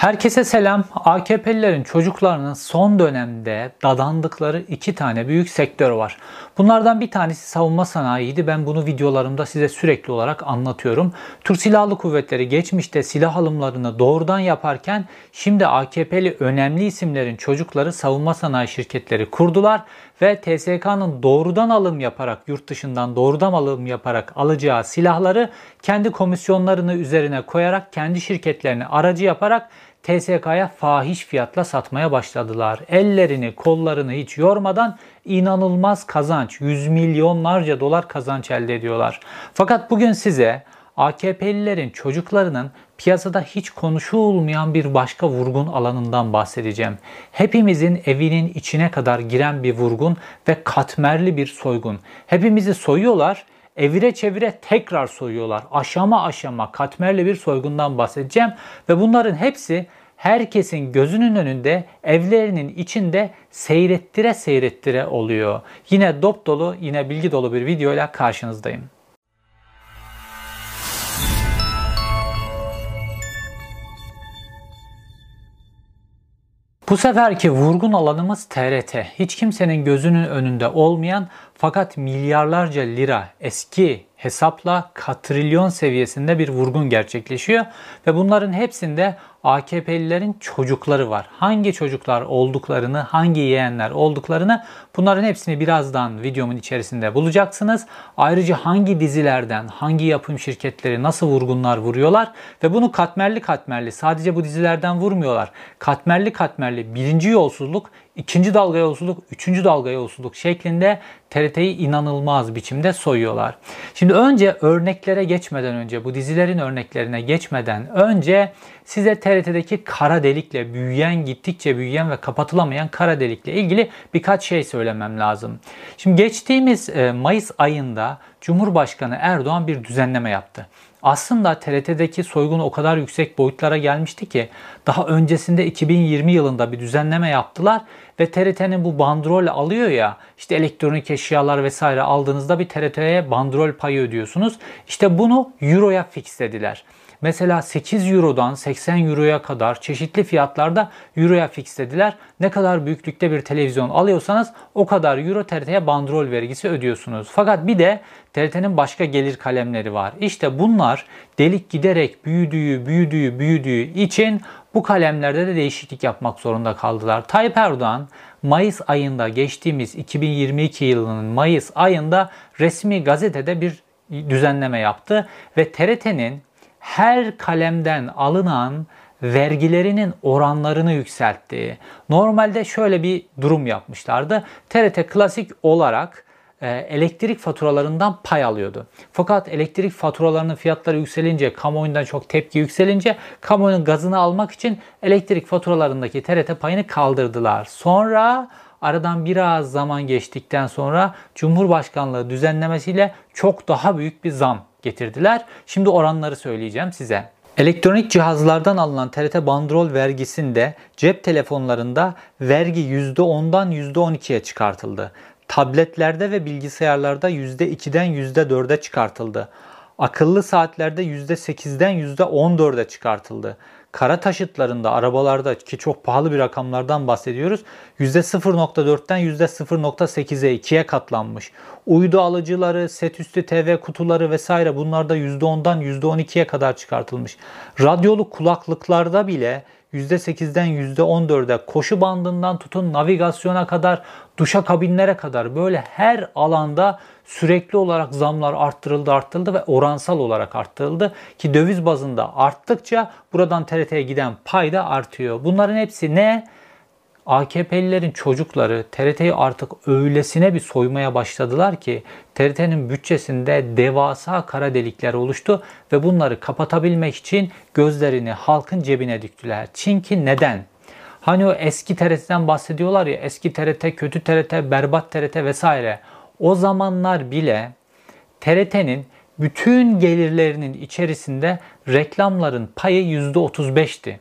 Herkese selam. AKP'lilerin çocuklarının son dönemde dadandıkları iki tane büyük sektör var. Bunlardan bir tanesi savunma sanayiydi. Ben bunu videolarımda size sürekli olarak anlatıyorum. Türk Silahlı Kuvvetleri geçmişte silah alımlarını doğrudan yaparken şimdi AKP'li önemli isimlerin çocukları savunma sanayi şirketleri kurdular ve TSK'nın doğrudan alım yaparak, yurt dışından doğrudan alım yaparak alacağı silahları kendi komisyonlarını üzerine koyarak, kendi şirketlerini aracı yaparak TSK'ya fahiş fiyatla satmaya başladılar. Ellerini, kollarını hiç yormadan inanılmaz kazanç, yüz milyonlarca dolar kazanç elde ediyorlar. Fakat bugün size AKP'lilerin çocuklarının piyasada hiç konuşulmayan bir başka vurgun alanından bahsedeceğim. Hepimizin evinin içine kadar giren bir vurgun ve katmerli bir soygun. Hepimizi soyuyorlar, evire çevire tekrar soyuyorlar. Aşama aşama katmerli bir soygundan bahsedeceğim ve bunların hepsi herkesin gözünün önünde, evlerinin içinde seyrettire seyrettire oluyor. Yine dop dolu, yine bilgi dolu bir videoyla karşınızdayım. Bu seferki vurgun alanımız TRT. Hiç kimsenin gözünün önünde olmayan fakat milyarlarca lira eski hesapla katrilyon seviyesinde bir vurgun gerçekleşiyor. Ve bunların hepsinde AKP'lilerin çocukları var. Hangi çocuklar olduklarını, hangi yeğenler olduklarını bunların hepsini birazdan videomun içerisinde bulacaksınız. Ayrıca hangi dizilerden, hangi yapım şirketleri nasıl vurgunlar vuruyorlar ve bunu katmerli katmerli sadece bu dizilerden vurmuyorlar. Katmerli katmerli birinci yolsuzluk, ikinci dalga yolsuzluk, üçüncü dalga yolsuzluk şeklinde TRT'yi inanılmaz biçimde soyuyorlar. Şimdi önce örneklere geçmeden önce, bu dizilerin örneklerine geçmeden önce size TRT'deki kara delikle büyüyen, gittikçe büyüyen ve kapatılamayan kara delikle ilgili birkaç şey söylemem lazım. Şimdi geçtiğimiz Mayıs ayında Cumhurbaşkanı Erdoğan bir düzenleme yaptı. Aslında TRT'deki soygun o kadar yüksek boyutlara gelmişti ki daha öncesinde 2020 yılında bir düzenleme yaptılar ve TRT'nin bu bandrol alıyor ya, işte elektronik eşyalar vesaire aldığınızda bir TRT'ye bandrol payı ödüyorsunuz. İşte bunu Euro'ya fixlediler. Mesela 8 Euro'dan 80 Euro'ya kadar çeşitli fiyatlarda Euro'ya fixlediler. Ne kadar büyüklükte bir televizyon alıyorsanız o kadar Euro TRT'ye bandrol vergisi ödüyorsunuz. Fakat bir de TRT'nin başka gelir kalemleri var. İşte bunlar delik giderek büyüdüğü için bu kalemlerde de değişiklik yapmak zorunda kaldılar. Tayyip Erdoğan Mayıs ayında, geçtiğimiz 2022 yılının Mayıs ayında resmi gazetede bir düzenleme yaptı ve TRT'nin her kalemden alınan vergilerinin oranlarını yükseltti. Normalde şöyle bir durum yapmışlardı. TRT klasik olarak elektrik faturalarından pay alıyordu. Fakat elektrik faturalarının fiyatları yükselince, kamuoyundan çok tepki yükselince kamuoyunun gazını almak için elektrik faturalarındaki TRT payını kaldırdılar. Sonra aradan biraz zaman geçtikten sonra Cumhurbaşkanlığı düzenlemesiyle çok daha büyük bir zam getirdiler. Şimdi oranları söyleyeceğim size. Elektronik cihazlardan alınan TRT bandrol vergisinde cep telefonlarında vergi %10'dan %12'ye çıkartıldı. Tabletlerde ve bilgisayarlarda %2'den %4'e çıkartıldı. Akıllı saatlerde %8'den %14'e çıkartıldı. Kara taşıtlarında, arabalarda, ki çok pahalı bir rakamlardan bahsediyoruz, %0.4'ten %0.8'e 2'ye katlanmış. Uydu alıcıları, setüstü TV kutuları vesaire bunlarda %10'dan %12'ye kadar çıkartılmış. Radyolu kulaklıklarda bile %8'den %14'e, koşu bandından tutun navigasyona kadar, duşakabinlere kadar böyle her alanda sürekli olarak zamlar arttırıldı ve oransal olarak arttırıldı ki döviz bazında arttıkça buradan TRT'ye giden pay da artıyor. Bunların hepsi ne? AKP'lilerin çocukları TRT'yi artık öylesine bir soymaya başladılar ki TRT'nin bütçesinde devasa kara delikler oluştu ve bunları kapatabilmek için gözlerini halkın cebine diktiler. Çünkü neden? Hani o eski TRT'den bahsediyorlar ya, eski TRT, kötü TRT, berbat TRT vesaire. O zamanlar bile TRT'nin bütün gelirlerinin içerisinde reklamların payı %35'ti.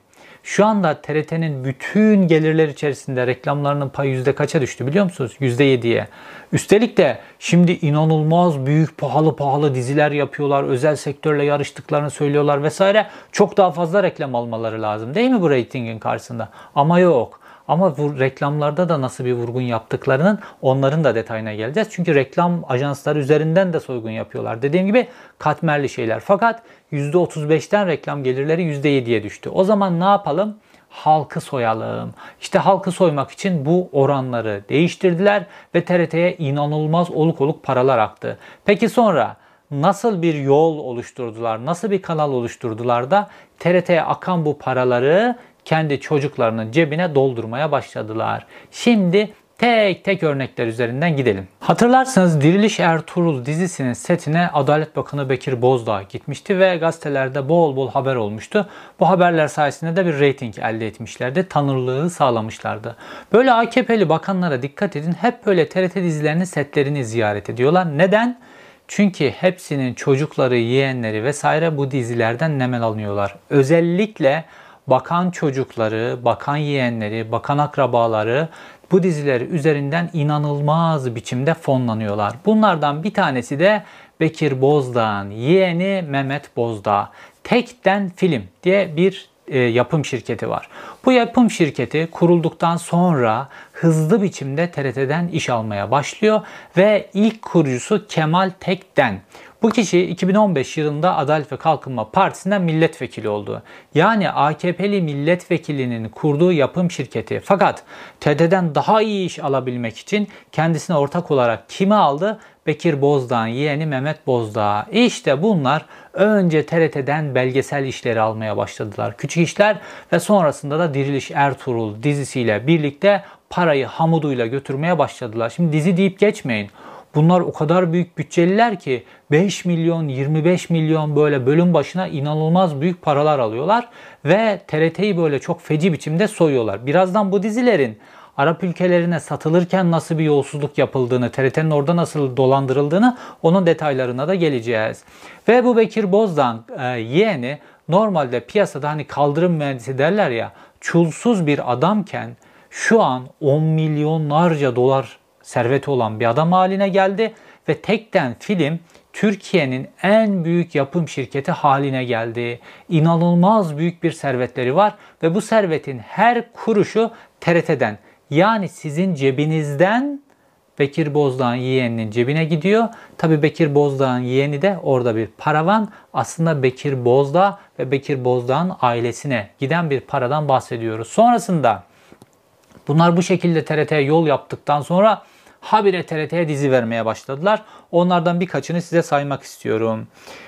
Şu anda TRT'nin bütün gelirler içerisinde reklamlarının payı yüzde kaça düştü biliyor musunuz? %7'ye. Üstelik de şimdi inanılmaz büyük pahalı diziler yapıyorlar. Özel sektörle yarıştıklarını söylüyorlar vesaire. Çok daha fazla reklam almaları lazım değil mi bu reytingin karşısında? Ama yok. Ama bu reklamlarda da nasıl bir vurgun yaptıklarının onların da detayına geleceğiz. Çünkü reklam ajansları üzerinden de soygun yapıyorlar. Dediğim gibi katmerli şeyler. Fakat %35'ten reklam gelirleri %7'ye düştü. O zaman ne yapalım? Halkı soyalım. İşte halkı soymak için bu oranları değiştirdiler ve TRT'ye inanılmaz oluk oluk paralar aktı. Peki sonra nasıl bir yol oluşturdular? Nasıl bir kanal oluşturdular da TRT'ye akan bu paraları kendi çocuklarının cebine doldurmaya başladılar. Şimdi tek tek örnekler üzerinden gidelim. Hatırlarsanız Diriliş Ertuğrul dizisinin setine Adalet Bakanı Bekir Bozdağ gitmişti ve gazetelerde bol bol haber olmuştu. Bu haberler sayesinde de bir reyting elde etmişlerdi. Tanınırlığı sağlamışlardı. Böyle AKP'li bakanlara dikkat edin. Hep böyle TRT dizilerinin setlerini ziyaret ediyorlar. Neden? Çünkü hepsinin çocukları, yeğenleri vesaire bu dizilerden nemalanıyorlar. Özellikle bakan çocukları, bakan yeğenleri, bakan akrabaları bu dizileri üzerinden inanılmaz biçimde fonlanıyorlar. Bunlardan bir tanesi de Bekir Bozdağ'ın yeğeni Mehmet Bozdağ. Tekden Film diye bir yapım şirketi var. Bu yapım şirketi kurulduktan sonra hızlı biçimde TRT'den iş almaya başlıyor ve ilk kurucusu Kemal Tekden. Bu kişi 2015 yılında Adalet ve Kalkınma Partisi'nden milletvekili oldu. Yani AKP'li milletvekilinin kurduğu yapım şirketi. Fakat TRT'den daha iyi iş alabilmek için kendisine ortak olarak kimi aldı? Bekir Bozdağ'ın yeğeni Mehmet Bozdağ. İşte bunlar önce TRT'den belgesel işleri almaya başladılar. Küçük işler ve sonrasında da Diriliş Ertuğrul dizisiyle birlikte parayı hamuduyla götürmeye başladılar. Şimdi dizi deyip geçmeyin. Bunlar o kadar büyük bütçeliler ki 5 milyon, 25 milyon böyle bölüm başına inanılmaz büyük paralar alıyorlar ve TRT'yi böyle çok feci biçimde soyuyorlar. Birazdan bu dizilerin Arap ülkelerine satılırken nasıl bir yolsuzluk yapıldığını, TRT'nin orada nasıl dolandırıldığını, onun detaylarına da geleceğiz. Ve bu Bekir Bozdağ yeğeni normalde piyasada hani kaldırım mühendisi derler ya, çulsuz bir adamken şu an 10 milyonlarca dolar serveti olan bir adam haline geldi ve Tekden Film Türkiye'nin en büyük yapım şirketi haline geldi. İnanılmaz büyük bir servetleri var ve bu servetin her kuruşu TRT'den, yani sizin cebinizden Bekir Bozdağ'ın yeğeninin cebine gidiyor. Tabii Bekir Bozdağ'ın yeğeni de orada bir paravan. Aslında Bekir Bozdağ ve Bekir Bozdağ'ın ailesine giden bir paradan bahsediyoruz. Sonrasında bunlar bu şekilde TRT'ye yol yaptıktan sonra habire TRT'ye dizi vermeye başladılar. Onlardan birkaçını size saymak istiyorum.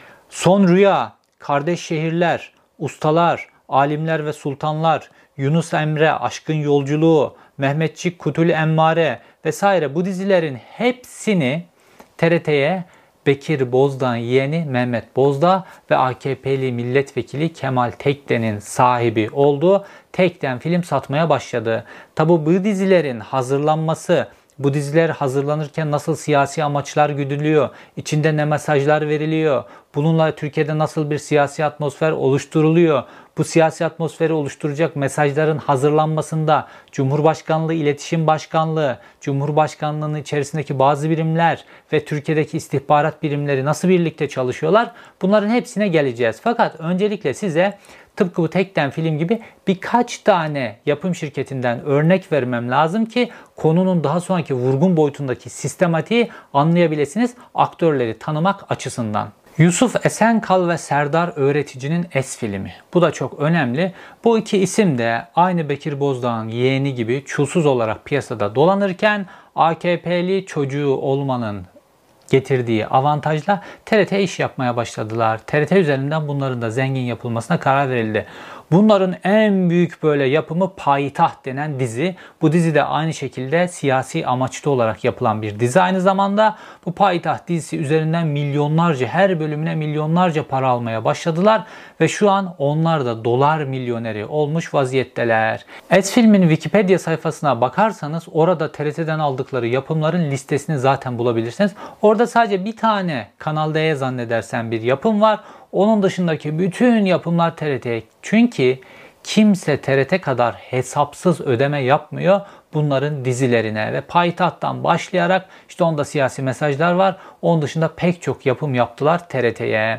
Son Rüya, Kardeş Şehirler, Ustalar, Alimler ve Sultanlar, Yunus Emre, Aşkın Yolculuğu, Mehmetçik, Kutul Emmare vesaire bu dizilerin hepsini TRT'ye Bekir Bozdağ'ın yeğeni Mehmet Bozdağ ve AKP'li milletvekili Kemal Tekden'in sahibi olduğu Tekden Film satmaya başladı. Tabi bu dizilerin hazırlanması, bu diziler hazırlanırken nasıl siyasi amaçlar güdülüyor, içinde ne mesajlar veriliyor, bununla Türkiye'de nasıl bir siyasi atmosfer oluşturuluyor, bu siyasi atmosferi oluşturacak mesajların hazırlanmasında Cumhurbaşkanlığı İletişim Başkanlığı, Cumhurbaşkanlığı'nın içerisindeki bazı birimler ve Türkiye'deki istihbarat birimleri nasıl birlikte çalışıyorlar? Bunların hepsine geleceğiz. Fakat öncelikle size tıpkı bu Tekden Film gibi birkaç tane yapım şirketinden örnek vermem lazım ki konunun daha sonraki vurgun boyutundaki sistematiği anlayabilirsiniz aktörleri tanımak açısından. Yusuf Esenkal ve Serdar Öğretici'nin Es filmi. Bu da çok önemli. Bu iki isim de aynı Bekir Bozdağ'ın yeğeni gibi çulsuz olarak piyasada dolanırken AKP'li çocuğu olmanın getirdiği avantajla TRT iş yapmaya başladılar. TRT üzerinden bunların da zengin yapılmasına karar verildi. Bunların en büyük böyle yapımı Payitaht denen dizi. Bu dizi de aynı şekilde siyasi amaçlı olarak yapılan bir dizi. Aynı zamanda bu Payitaht dizisi üzerinden milyonlarca, her bölümüne milyonlarca para almaya başladılar. Ve şu an onlar da dolar milyoneri olmuş vaziyetteler. Es filmin Wikipedia sayfasına bakarsanız orada TRT'den aldıkları yapımların listesini zaten bulabilirsiniz. Orada sadece bir tane Kanal D'ye zannedersem bir yapım var. Onun dışındaki bütün yapımlar TRT'ye. Çünkü kimse TRT kadar hesapsız ödeme yapmıyor bunların dizilerine ve Payitaht'tan başlayarak işte onda siyasi mesajlar var. Onun dışında pek çok yapım yaptılar TRT'ye.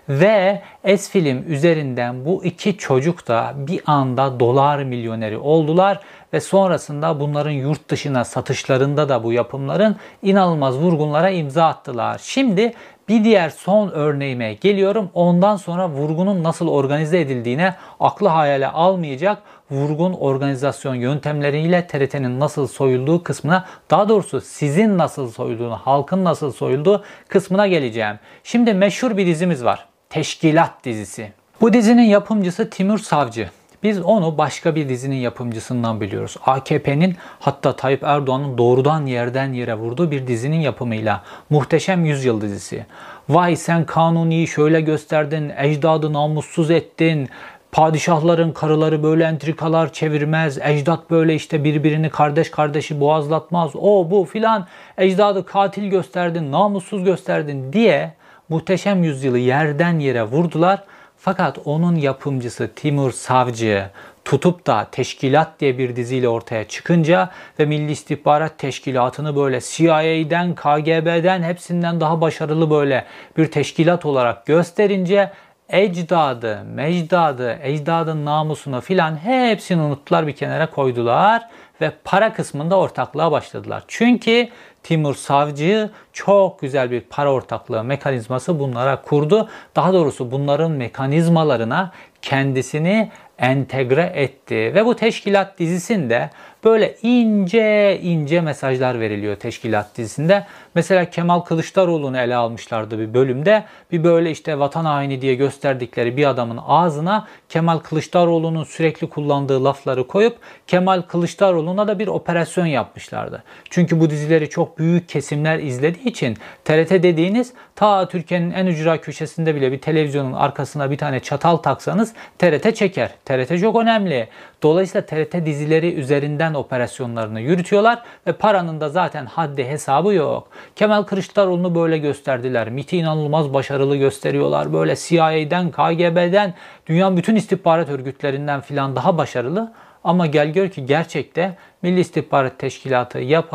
Ve Esfilm üzerinden bu iki çocuk da bir anda dolar milyoneri oldular ve sonrasında bunların yurt dışına satışlarında da bu yapımların inanılmaz vurgunlara imza attılar. Şimdi bir diğer son örneğime geliyorum. Ondan sonra vurgunun nasıl organize edildiğine aklı hayale almayacak vurgun organizasyon yöntemleriyle TRT'nin nasıl soyulduğu kısmına, daha doğrusu sizin nasıl soyulduğunu, halkın nasıl soyulduğu kısmına geleceğim. Şimdi meşhur bir dizimiz var. Teşkilat dizisi. Bu dizinin yapımcısı Timur Savcı. Biz onu başka bir dizinin yapımcısından biliyoruz. AKP'nin, hatta Tayyip Erdoğan'ın doğrudan yerden yere vurduğu bir dizinin yapımıyla. Muhteşem Yüzyıl dizisi. Vay sen Kanuni'yi şöyle gösterdin, ecdadı namussuz ettin, padişahların karıları böyle entrikalar çevirmez, ecdat böyle işte birbirini kardeş kardeşi boğazlatmaz, o bu filan, ecdadı katil gösterdin, namussuz gösterdin diye Muhteşem Yüzyıl'ı yerden yere vurdular. Fakat onun yapımcısı Timur Savcı tutup da Teşkilat diye bir diziyle ortaya çıkınca ve Milli İstihbarat Teşkilatı'nı böyle CIA'den, KGB'den hepsinden daha başarılı böyle bir teşkilat olarak gösterince ecdadı, mecdadı, ecdadın namusunu filan hepsini unuttular, bir kenara koydular ve para kısmında ortaklığa başladılar. Çünkü Timur Savcı çok güzel bir para ortaklığı mekanizması bunlara kurdu. Daha doğrusu bunların mekanizmalarına kendisini entegre etti. Ve bu Teşkilat dizisinde böyle ince ince mesajlar veriliyor Teşkilat dizisinde. Mesela Kemal Kılıçdaroğlu'nu ele almışlardı bir bölümde. Bir böyle işte vatan haini diye gösterdikleri bir adamın ağzına Kemal Kılıçdaroğlu'nun sürekli kullandığı lafları koyup Kemal Kılıçdaroğlu'na da bir operasyon yapmışlardı. Çünkü bu dizileri çok büyük kesimler izlediği için TRT dediğiniz, ta Türkiye'nin en ücra köşesinde bile bir televizyonun arkasına bir tane çatal taksanız TRT çeker. TRT çok önemli. Dolayısıyla TRT dizileri üzerinden operasyonlarını yürütüyorlar ve paranın da zaten haddi hesabı yok. Kemal Kılıçdaroğlu'nu böyle gösterdiler. MİT'i inanılmaz başarılı gösteriyorlar. Böyle CIA'den, KGB'den, dünyanın bütün istihbarat örgütlerinden filan daha başarılı. Ama gel gör ki gerçekte Milli İstihbarat Teşkilatı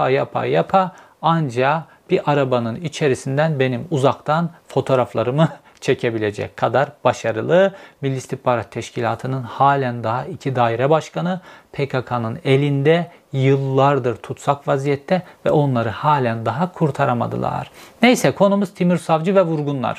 yapa anca bir arabanın içerisinden benim uzaktan fotoğraflarımı çekebilecek kadar başarılı. Milli İstihbarat Teşkilatı'nın halen daha 2 daire başkanı PKK'nın elinde, yıllardır tutsak vaziyette ve onları halen daha kurtaramadılar. Neyse, konumuz Timur Savcı ve vurgunlar.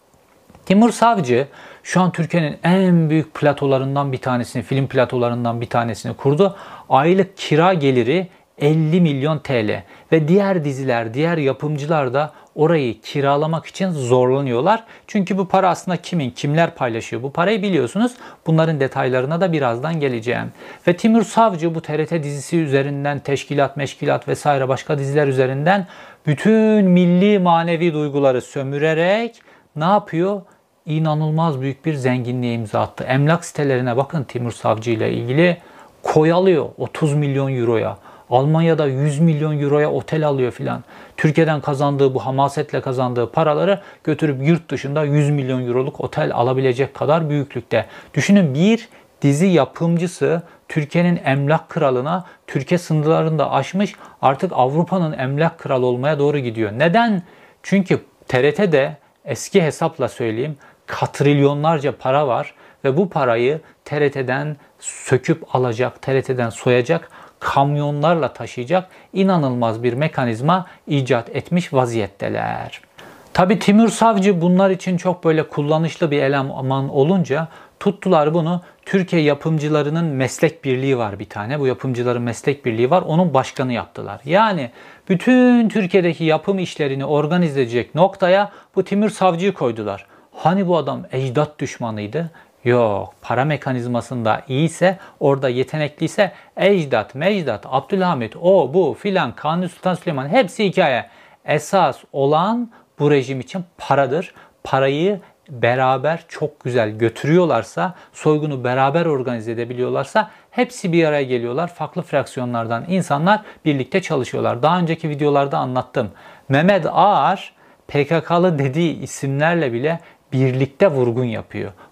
Timur Savcı şu an Türkiye'nin en büyük platolarından bir tanesini, film platolarından bir tanesini kurdu. Aylık kira geliri 50 milyon TL ve diğer diziler, diğer yapımcılar da orayı kiralamak için zorlanıyorlar. Çünkü bu para aslında kimin, kimler paylaşıyor bu parayı biliyorsunuz. Bunların detaylarına da birazdan geleceğim. Ve Timur Savcı bu TRT dizisi üzerinden Teşkilat, Meşkilat vesaire başka diziler üzerinden bütün milli manevi duyguları sömürerek ne yapıyor? İnanılmaz büyük bir zenginliğe imza attı. Emlak sitelerine bakın, Timur Savcı ile ilgili koyalıyor 30 milyon euroya. Almanya'da 100 milyon euroya otel alıyor filan. Türkiye'den kazandığı, bu hamasetle kazandığı paraları götürüp yurt dışında 100 milyon euroluk otel alabilecek kadar büyüklükte. Düşünün, bir dizi yapımcısı Türkiye'nin emlak kralına, Türkiye sınırlarında aşmış, artık Avrupa'nın emlak kralı olmaya doğru gidiyor. Neden? Çünkü TRT'de, eski hesapla söyleyeyim, katrilyonlarca para var ve bu parayı TRT'den söküp alacak, TRT'den soyacak, kamyonlarla taşıyacak inanılmaz bir mekanizma icat etmiş vaziyetteler. Tabi Timur Savcı bunlar için çok böyle kullanışlı bir eleman olunca tuttular bunu. Türkiye Yapımcılarının Meslek Birliği var bir tane. Bu yapımcıların meslek birliği var. Onun başkanı yaptılar. Yani bütün Türkiye'deki yapım işlerini organize edecek noktaya bu Timur Savcı'yı koydular. Hani bu adam ecdat düşmanıydı? Yok. Para mekanizmasında iyiyse, orada yetenekliyse ecdat, mecdat, Abdülhamit, o bu filan, Kanuni Sultan Süleyman hepsi hikaye. Esas olan bu rejim için paradır. Parayı beraber çok güzel götürüyorlarsa, soygunu beraber organize edebiliyorlarsa hepsi bir araya geliyorlar. Farklı fraksiyonlardan insanlar birlikte çalışıyorlar. Daha önceki videolarda anlattım. Mehmet Ağar PKK'lı dediği isimlerle bile birlikte vurgun yapıyor.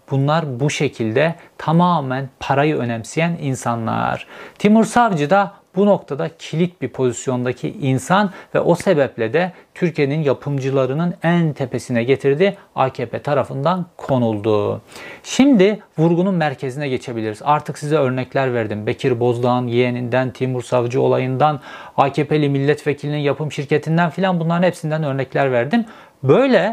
Bunlar bu şekilde tamamen parayı önemseyen insanlar. Timur Savcı da bu noktada kilit bir pozisyondaki insan ve o sebeple de Türkiye'nin yapımcılarının en tepesine getirdi. AKP tarafından konuldu. Şimdi vurgunun merkezine geçebiliriz. Artık size örnekler verdim. Bekir Bozdağ'ın yeğeninden, Timur Savcı olayından, AKP'li milletvekilinin yapım şirketinden filan bunların hepsinden örnekler verdim. Böyle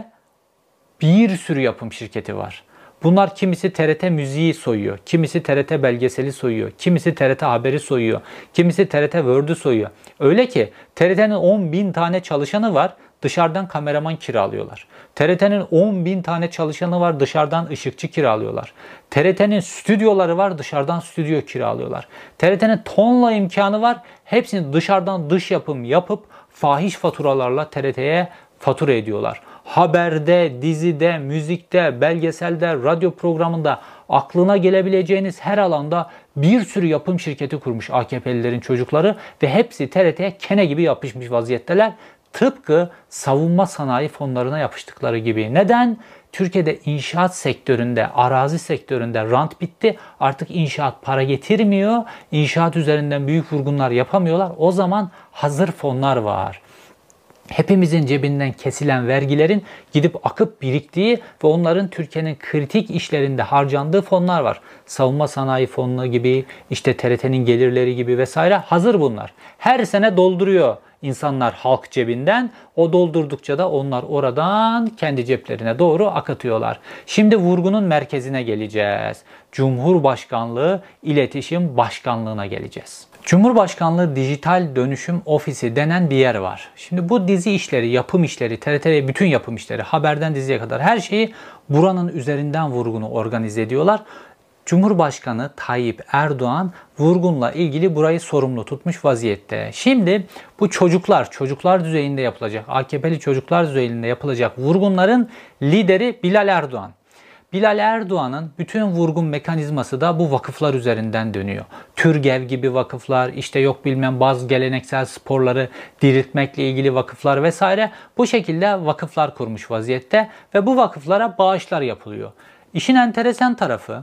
bir sürü yapım şirketi var. Bunlar kimisi TRT müziği soyuyor, kimisi TRT belgeseli soyuyor, kimisi TRT haberi soyuyor, kimisi TRT Word'ü soyuyor. Öyle ki TRT'nin 10.000 tane çalışanı var, dışarıdan kameraman kiralıyorlar. TRT'nin 10.000 tane çalışanı var, dışarıdan ışıkçı kiralıyorlar. TRT'nin stüdyoları var, dışarıdan stüdyo kiralıyorlar. TRT'nin tonla imkanı var, hepsini dışarıdan dış yapım yapıp fahiş faturalarla TRT'ye fatura ediyorlar. Haberde, dizide, müzikte, belgeselde, radyo programında aklına gelebileceğiniz her alanda bir sürü yapım şirketi kurmuş AKP'lilerin çocukları ve hepsi TRT'ye kene gibi yapışmış vaziyetteler. Tıpkı savunma sanayi fonlarına yapıştıkları gibi. Neden? Türkiye'de inşaat sektöründe, arazi sektöründe rant bitti. Artık inşaat para getirmiyor. İnşaat üzerinden büyük vurgunlar yapamıyorlar. O zaman hazır fonlar var. Hepimizin cebinden kesilen vergilerin gidip akıp biriktiği ve onların Türkiye'nin kritik işlerinde harcandığı fonlar var. Savunma sanayi fonu gibi, işte TRT'nin gelirleri gibi vesaire hazır bunlar. Her sene dolduruyor insanlar halk cebinden. O doldurdukça da onlar oradan kendi ceplerine doğru akıtıyorlar. Şimdi vurgunun merkezine geleceğiz. Cumhurbaşkanlığı İletişim Başkanlığı'na geleceğiz. Cumhurbaşkanlığı Dijital Dönüşüm Ofisi denen bir yer var. Şimdi bu dizi işleri, yapım işleri, TRT bütün yapım işleri, haberden diziye kadar her şeyi buranın üzerinden vurgunu organize ediyorlar. Cumhurbaşkanı Tayyip Erdoğan vurgunla ilgili burayı sorumlu tutmuş vaziyette. Şimdi bu çocuklar düzeyinde yapılacak, AKP'li çocuklar düzeyinde yapılacak vurgunların lideri Bilal Erdoğan. Bilal Erdoğan'ın bütün vurgun mekanizması da bu vakıflar üzerinden dönüyor. Türgev gibi vakıflar, işte yok bilmem bazı geleneksel sporları diriltmekle ilgili vakıflar vesaire bu şekilde vakıflar kurmuş vaziyette ve bu vakıflara bağışlar yapılıyor. İşin enteresan tarafı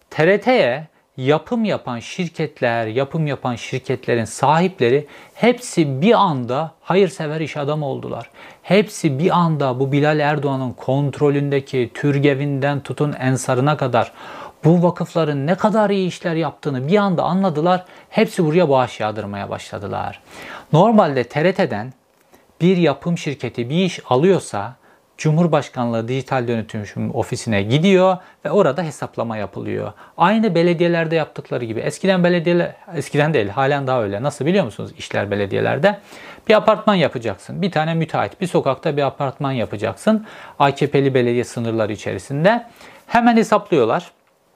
TRT'ye yapım yapan şirketler, yapım yapan şirketlerin sahipleri hepsi bir anda hayırsever iş adamı oldular. Hepsi bir anda bu Bilal Erdoğan'ın kontrolündeki Türgev'inden tutun Ensar'ına kadar bu vakıfların ne kadar iyi işler yaptığını bir anda anladılar. Hepsi buraya bağış yağdırmaya başladılar. Normalde TRT'den bir yapım şirketi bir iş alıyorsa Cumhurbaşkanlığı Dijital Dönüşüm Ofisi'ne gidiyor ve orada hesaplama yapılıyor. Aynı belediyelerde yaptıkları gibi. Eskiden değil, halen daha öyle. Nasıl biliyor musunuz işler belediyelerde? Bir apartman yapacaksın. Bir tane müteahhit bir sokakta bir apartman yapacaksın. AKP'li belediye sınırları içerisinde. Hemen hesaplıyorlar.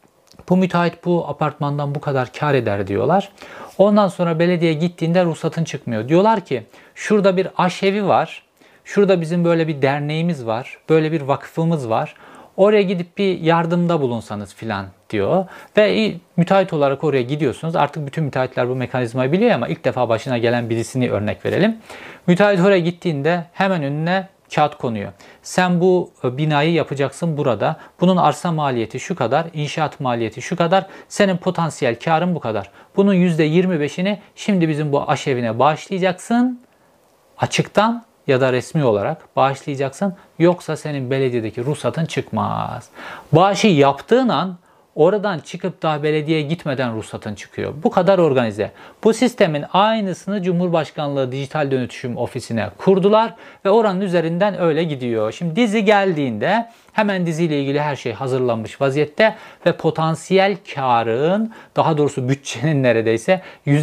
Bu müteahhit bu apartmandan bu kadar kar eder diyorlar. Ondan sonra belediye gittiğinde ruhsatın çıkmıyor. Diyorlar ki şurada bir aşevi var. Şurada bizim böyle bir derneğimiz var. Böyle bir vakfımız var. Oraya gidip bir yardımda bulunsanız filan diyor. Ve müteahhit olarak oraya gidiyorsunuz. Artık bütün müteahhitler bu mekanizmayı biliyor ama ilk defa başına gelen birisini örnek verelim. Müteahhit oraya gittiğinde hemen önüne kağıt konuyor. Sen bu binayı yapacaksın burada. Bunun arsa maliyeti şu kadar, inşaat maliyeti şu kadar, senin potansiyel karın bu kadar. Bunun %25'ini şimdi bizim bu aşevine bağışlayacaksın. Açıktan ya da resmi olarak bağışlayacaksın. Yoksa senin belediyedeki ruhsatın çıkmaz. Bağışı yaptığın an oradan çıkıp daha belediyeye gitmeden ruhsatın çıkıyor. Bu kadar organize. Bu sistemin aynısını Cumhurbaşkanlığı Dijital Dönüşüm Ofisi'ne kurdular ve oranın üzerinden öyle gidiyor. Şimdi dizi geldiğinde hemen diziyle ilgili her şey hazırlanmış vaziyette ve potansiyel karın, daha doğrusu bütçenin neredeyse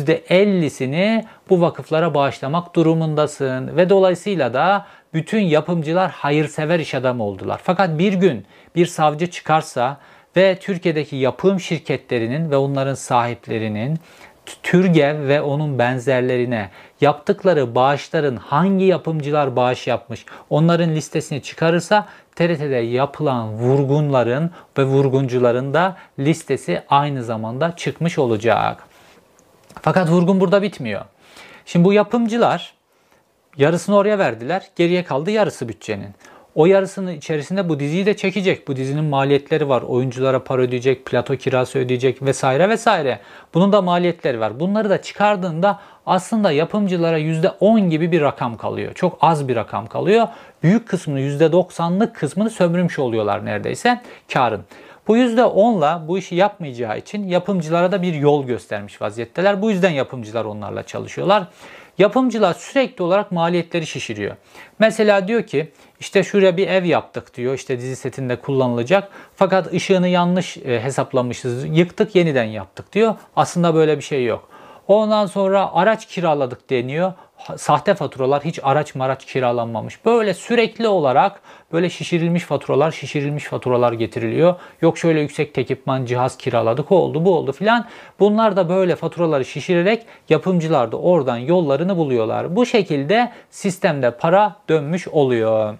%50'sini bu vakıflara bağışlamak durumundasın. Ve dolayısıyla da bütün yapımcılar hayırsever iş adamı oldular. Fakat bir gün bir savcı çıkarsa ve Türkiye'deki yapım şirketlerinin ve onların sahiplerinin Türgev ve onun benzerlerine yaptıkları bağışların hangi yapımcılar bağış yapmış onların listesini çıkarırsa TRT'de yapılan vurgunların ve vurguncuların da listesi aynı zamanda çıkmış olacak. Fakat vurgun burada bitmiyor. Şimdi bu yapımcılar yarısını oraya verdiler. Geriye kaldı yarısı bütçenin. O yarısının içerisinde bu diziyi de çekecek. Bu dizinin maliyetleri var. Oyunculara para ödeyecek, plato kirası ödeyecek vesaire vesaire. Bunun da maliyetleri var. Bunları da çıkardığında aslında yapımcılara %10 gibi bir rakam kalıyor. Çok az bir rakam kalıyor. Büyük kısmını, %90'lık kısmını sömürmüş oluyorlar neredeyse karın. Bu %10'la bu işi yapmayacağı için yapımcılara da bir yol göstermiş vaziyetteler. Bu yüzden yapımcılar onlarla çalışıyorlar. Yapımcılar sürekli olarak maliyetleri şişiriyor. Mesela diyor ki işte şuraya bir ev yaptık diyor. İşte dizi setinde kullanılacak. Fakat ışığını yanlış hesaplamışız. Yıktık, yeniden yaptık diyor. Aslında böyle bir şey yok. Ondan sonra araç kiraladık deniyor. Sahte faturalar, hiç araç kiralanmamış. Böyle sürekli olarak böyle şişirilmiş faturalar getiriliyor. Yok şöyle yüksek ekipman cihaz kiraladık, o oldu bu oldu filan. Bunlar da böyle faturaları şişirerek yapımcılar da oradan yollarını buluyorlar. Bu şekilde sistemde para dönmüş oluyor.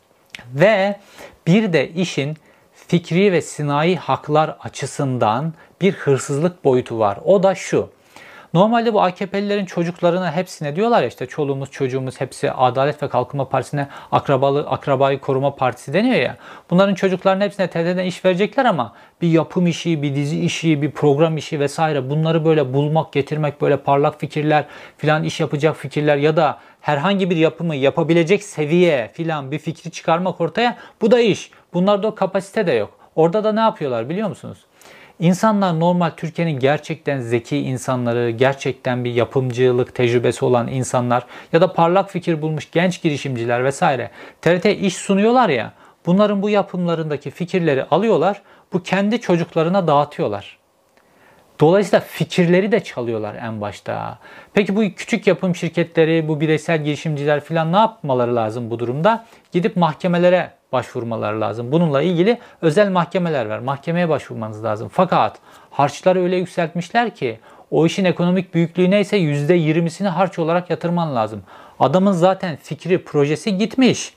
Ve bir de işin fikri ve sinayi haklar açısından bir hırsızlık boyutu var. O da şu. Normalde bu AKP'lilerin çocuklarına hepsine diyorlar ya işte çoluğumuz çocuğumuz hepsi Adalet ve Kalkınma Partisi'ne akrabayı koruma partisi deniyor ya. Bunların çocuklarının hepsine TRT'den iş verecekler ama bir yapım işi, bir dizi işi, bir program işi vesaire bunları böyle bulmak, getirmek, böyle parlak fikirler filan, iş yapacak fikirler ya da herhangi bir yapımı yapabilecek seviye filan bir fikri çıkarmak ortaya, bu da iş. Bunlarda o kapasite de yok. Orada da ne yapıyorlar biliyor musunuz? İnsanlar normal Türkiye'nin gerçekten zeki insanları, gerçekten bir yapımcılık tecrübesi olan insanlar ya da parlak fikir bulmuş genç girişimciler vesaire TRT'ye iş sunuyorlar ya, bunların bu yapımlarındaki fikirleri alıyorlar, bu kendi çocuklarına dağıtıyorlar. Dolayısıyla fikirleri de çalıyorlar en başta. Peki bu küçük yapım şirketleri, bu bireysel girişimciler falan ne yapmaları lazım bu durumda? Gidip mahkemelere başvurmaları lazım. Bununla ilgili özel mahkemeler var. Mahkemeye başvurmanız lazım. Fakat harçları öyle yükseltmişler ki o işin ekonomik büyüklüğü neyse %20'sini harç olarak yatırman lazım. Adamın zaten fikri, projesi gitmiş.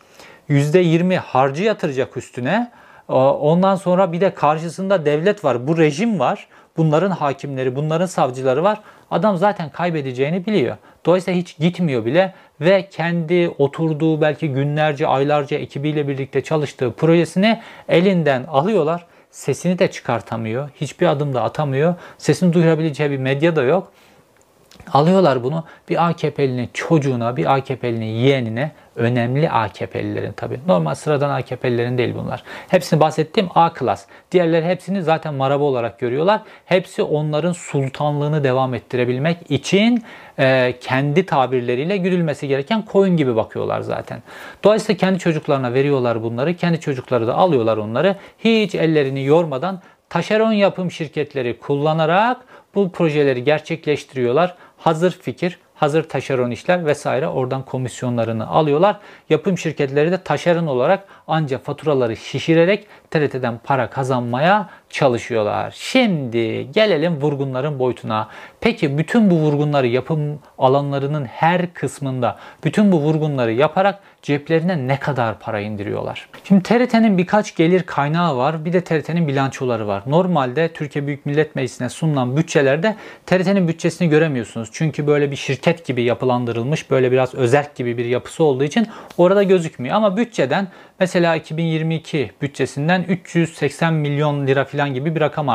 %20 harcı yatıracak üstüne. Ondan sonra bir de karşısında devlet var, bu rejim var. Bunların hakimleri, bunların savcıları var. Adam zaten kaybedeceğini biliyor. Dolayısıyla hiç gitmiyor bile ve kendi oturduğu belki günlerce, aylarca ekibiyle birlikte çalıştığı projesini elinden alıyorlar. Sesini de çıkartamıyor. Hiçbir adım da atamıyor. Sesini duyurabileceği bir medya da yok. Alıyorlar bunu bir AKP'linin çocuğuna, bir AKP'linin yeğenine, önemli AKP'lilerin tabii. Normal sıradan AKP'lilerin değil bunlar. Hepsini bahsettiğim A klas. Diğerleri hepsini zaten maraba olarak görüyorlar. Hepsi onların sultanlığını devam ettirebilmek için kendi tabirleriyle güdülmesi gereken koyun gibi bakıyorlar zaten. Dolayısıyla kendi çocuklarına veriyorlar bunları. Kendi çocukları da alıyorlar onları. Hiç ellerini yormadan taşeron yapım şirketleri kullanarak bu projeleri gerçekleştiriyorlar. Hazır fikir, hazır taşeron işler vesaire, oradan komisyonlarını alıyorlar. Yapım şirketleri de taşeron olarak ancak faturaları şişirerek TRT'den para kazanmaya çalışıyorlar. Şimdi gelelim vurgunların boyutuna. Peki bütün bu vurgunları yapım alanlarının her kısmında, bütün bu vurgunları yaparak ceplerine ne kadar para indiriyorlar? Şimdi TRT'nin birkaç gelir kaynağı var. Bir de TRT'nin bilançoları var. Normalde Türkiye Büyük Millet Meclisi'ne sunulan bütçelerde TRT'nin bütçesini göremiyorsunuz. Çünkü böyle bir şirket gibi yapılandırılmış, böyle biraz özerk gibi bir yapısı olduğu için orada gözükmüyor. Ama bütçeden mesela 2022 bütçesinden 380 milyon lira falan gibi bir rakam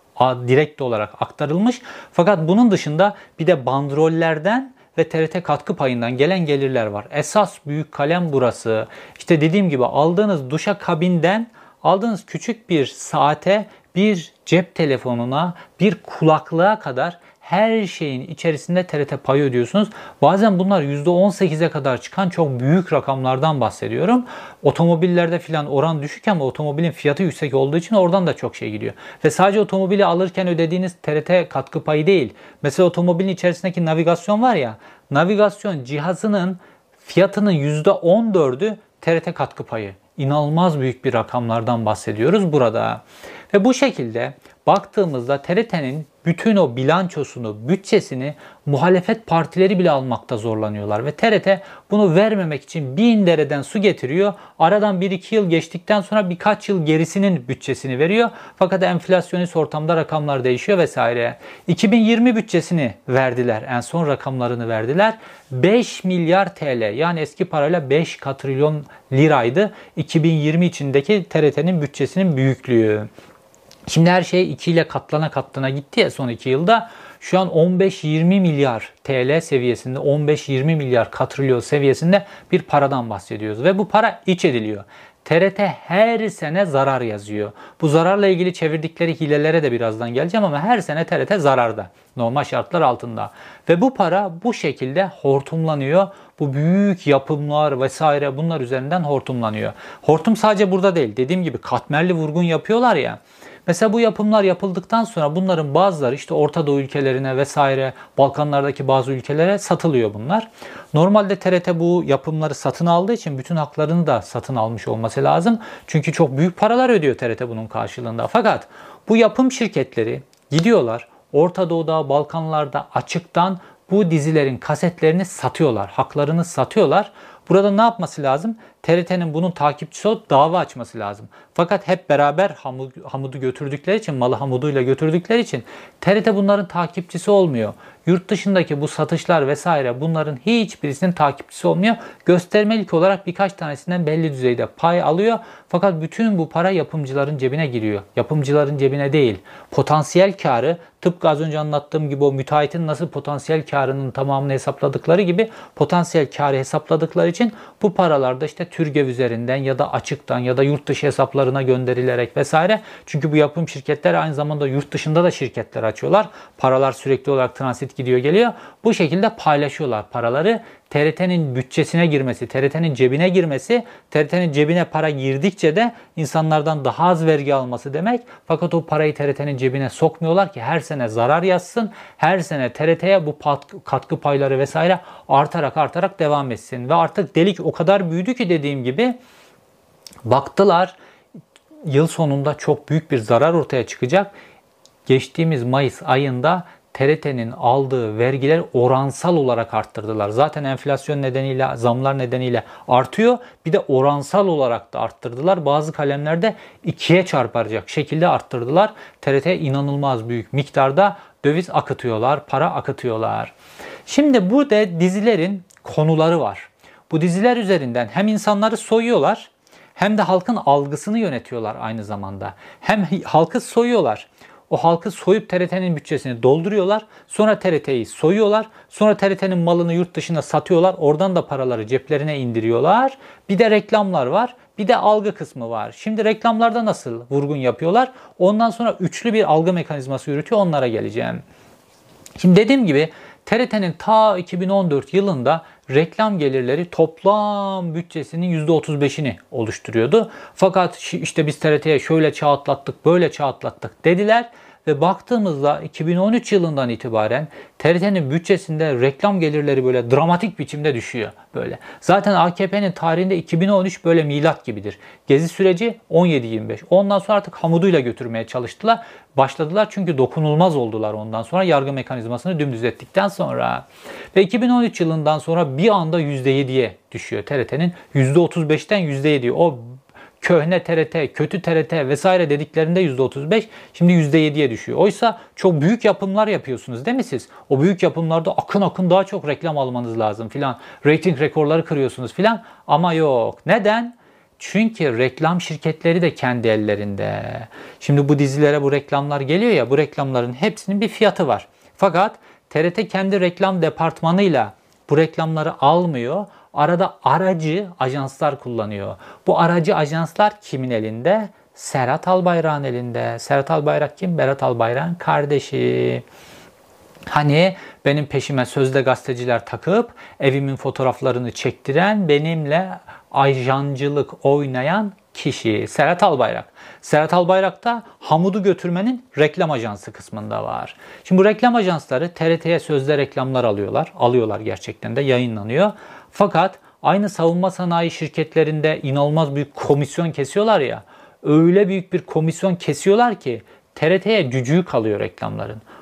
direkt olarak aktarılmış. Fakat bunun dışında bir de bandrollerden ve TRT katkı payından gelen gelirler var. Esas büyük kalem burası. İşte dediğim gibi aldığınız duşakabinden aldığınız küçük bir saate, bir cep telefonuna, bir kulaklığa kadar her şeyin içerisinde TRT payı ödüyorsunuz. Bazen bunlar %18'e kadar çıkan çok büyük rakamlardan bahsediyorum. Otomobillerde filan oran düşük ama otomobilin fiyatı yüksek olduğu için oradan da çok şey gidiyor. Ve sadece otomobili alırken ödediğiniz TRT katkı payı değil. Mesela otomobilin içerisindeki navigasyon var ya, navigasyon cihazının fiyatının %14'ü TRT katkı payı. İnanılmaz büyük bir rakamlardan bahsediyoruz burada. Ve bu şekilde baktığımızda TRT'nin bütün o bilançosunu, bütçesini muhalefet partileri bile almakta zorlanıyorlar. Ve TRT bunu vermemek için bin dereden su getiriyor. Aradan 1-2 yıl geçtikten sonra birkaç yıl gerisinin bütçesini veriyor. Fakat enflasyonist ortamda rakamlar değişiyor vesaire. 2020 bütçesini verdiler. En son rakamlarını verdiler. 5 milyar TL, yani eski parayla 5 katrilyon liraydı 2020 içindeki TRT'nin bütçesinin büyüklüğü. Şimdi her şey 2 ile katlana gitti ya son 2 yılda. Şu an 15-20 milyar TL seviyesinde, 15-20 milyar katrilyon seviyesinde bir paradan bahsediyoruz. Ve bu para iç ediliyor. TRT her sene zarar yazıyor. Bu zararla ilgili çevirdikleri hilelere de birazdan geleceğim ama her sene TRT zararda. Normal şartlar altında. Ve bu para bu şekilde hortumlanıyor. Bu büyük yapımlar vesaire bunlar üzerinden hortumlanıyor. Hortum sadece burada değil. Dediğim gibi katmerli vurgun yapıyorlar ya. Mesela bu yapımlar yapıldıktan sonra bunların bazıları işte Orta Doğu ülkelerine vesaire, Balkanlardaki bazı ülkelere satılıyor bunlar. Normalde TRT bu yapımları satın aldığı için bütün haklarını da satın almış olması lazım. Çünkü çok büyük paralar ödüyor TRT bunun karşılığında. Fakat bu yapım şirketleri gidiyorlar Orta Doğu'da, Balkanlarda açıktan bu dizilerin kasetlerini satıyorlar, haklarını satıyorlar. Burada ne yapması lazım? TRT'nin bunun takipçisi olup dava açması lazım. Fakat hep beraber hamudu götürdükleri için, malı hamuduyla götürdükleri için TRT bunların takipçisi olmuyor. Yurt dışındaki bu satışlar vesaire bunların hiçbirisinin takipçisi olmuyor. Göstermelik olarak birkaç tanesinden belli düzeyde pay alıyor. Fakat bütün bu para yapımcıların cebine giriyor. Yapımcıların cebine değil. Potansiyel karı tıpkı az önce anlattığım gibi o müteahhitin nasıl potansiyel karının tamamını hesapladıkları gibi potansiyel karı hesapladıkları için bu paralarda işte TÜRGEV üzerinden ya da açıktan ya da yurt dışı hesaplarına gönderilerek vesaire. Çünkü bu yapım şirketleri aynı zamanda yurt dışında da şirketler açıyorlar. Paralar sürekli olarak transit gidiyor geliyor. Bu şekilde paylaşıyorlar paraları. TRT'nin bütçesine girmesi, TRT'nin cebine girmesi, TRT'nin cebine para girdikçe de insanlardan daha az vergi alması demek. Fakat o parayı TRT'nin cebine sokmuyorlar ki her sene zarar yazsın. Her sene TRT'ye bu katkı payları vesaire artarak devam etsin. Ve artık delik o kadar büyüdü ki dediğim gibi baktılar yıl sonunda çok büyük bir zarar ortaya çıkacak. Geçtiğimiz Mayıs ayında TRT'nin aldığı vergiler oransal olarak arttırdılar. Zaten enflasyon nedeniyle, zamlar nedeniyle artıyor. Bir de oransal olarak da arttırdılar. Bazı kalemlerde 2'ye çarpacak şekilde arttırdılar. TRT'ye inanılmaz büyük miktarda döviz akıtıyorlar, para akıtıyorlar. Şimdi burada dizilerin konuları var. Bu diziler üzerinden hem insanları soyuyorlar hem de halkın algısını yönetiyorlar aynı zamanda. Hem halkı soyuyorlar. O halkı soyup TRT'nin bütçesini dolduruyorlar. Sonra TRT'yi soyuyorlar. Sonra TRT'nin malını yurt dışına satıyorlar. Oradan da paraları ceplerine indiriyorlar. Bir de reklamlar var. Bir de algı kısmı var. Şimdi reklamlarda nasıl vurgun yapıyorlar? Ondan sonra üçlü bir algı mekanizması yürütüyor. Onlara geleceğim. Şimdi dediğim gibi TRT'nin ta 2014 yılında reklam gelirleri toplam bütçesinin %35'ini oluşturuyordu. Fakat işte biz TRT'ye şöyle çağ atlattık, böyle çağ atlattık dediler. Ve baktığımızda 2013 yılından itibaren TRT'nin bütçesinde reklam gelirleri böyle dramatik biçimde düşüyor. Böyle. Zaten AKP'nin tarihinde 2013 böyle milat gibidir. Gezi süreci 17-25. Ondan sonra artık hamuduyla götürmeye çalıştılar. Başladılar çünkü dokunulmaz oldular ondan sonra yargı mekanizmasını dümdüz ettikten sonra. Ve 2013 yılından sonra bir anda %7'ye düşüyor TRT'nin. %35'ten %7'ye. O köhne TRT, kötü TRT vesaire dediklerinde %35, şimdi %7'ye düşüyor. Oysa çok büyük yapımlar yapıyorsunuz değil mi siz? O büyük yapımlarda akın daha çok reklam almanız lazım filan. Rating rekorları kırıyorsunuz filan ama yok. Neden? Çünkü reklam şirketleri de kendi ellerinde. Şimdi bu dizilere bu reklamlar geliyor ya, bu reklamların hepsinin bir fiyatı var. Fakat TRT kendi reklam departmanıyla bu reklamları almıyor. Arada aracı ajanslar kullanıyor. Bu aracı ajanslar kimin elinde? Serhat Albayrak'ın elinde. Serhat Albayrak kim? Berat Albayrak'ın kardeşi. Hani benim peşime sözde gazeteciler takıp evimin fotoğraflarını çektiren, benimle ajancılık oynayan kişi Serhat Albayrak. Serhat Albayrak da hamudu götürmenin reklam ajansı kısmında var. Şimdi bu reklam ajansları TRT'ye sözde reklamlar alıyorlar. Alıyorlar gerçekten de yayınlanıyor. Fakat aynı savunma sanayi şirketlerinde inanılmaz büyük komisyon kesiyorlar ya. Öyle büyük bir komisyon kesiyorlar ki TRT'ye cücüğü kalıyor reklamların.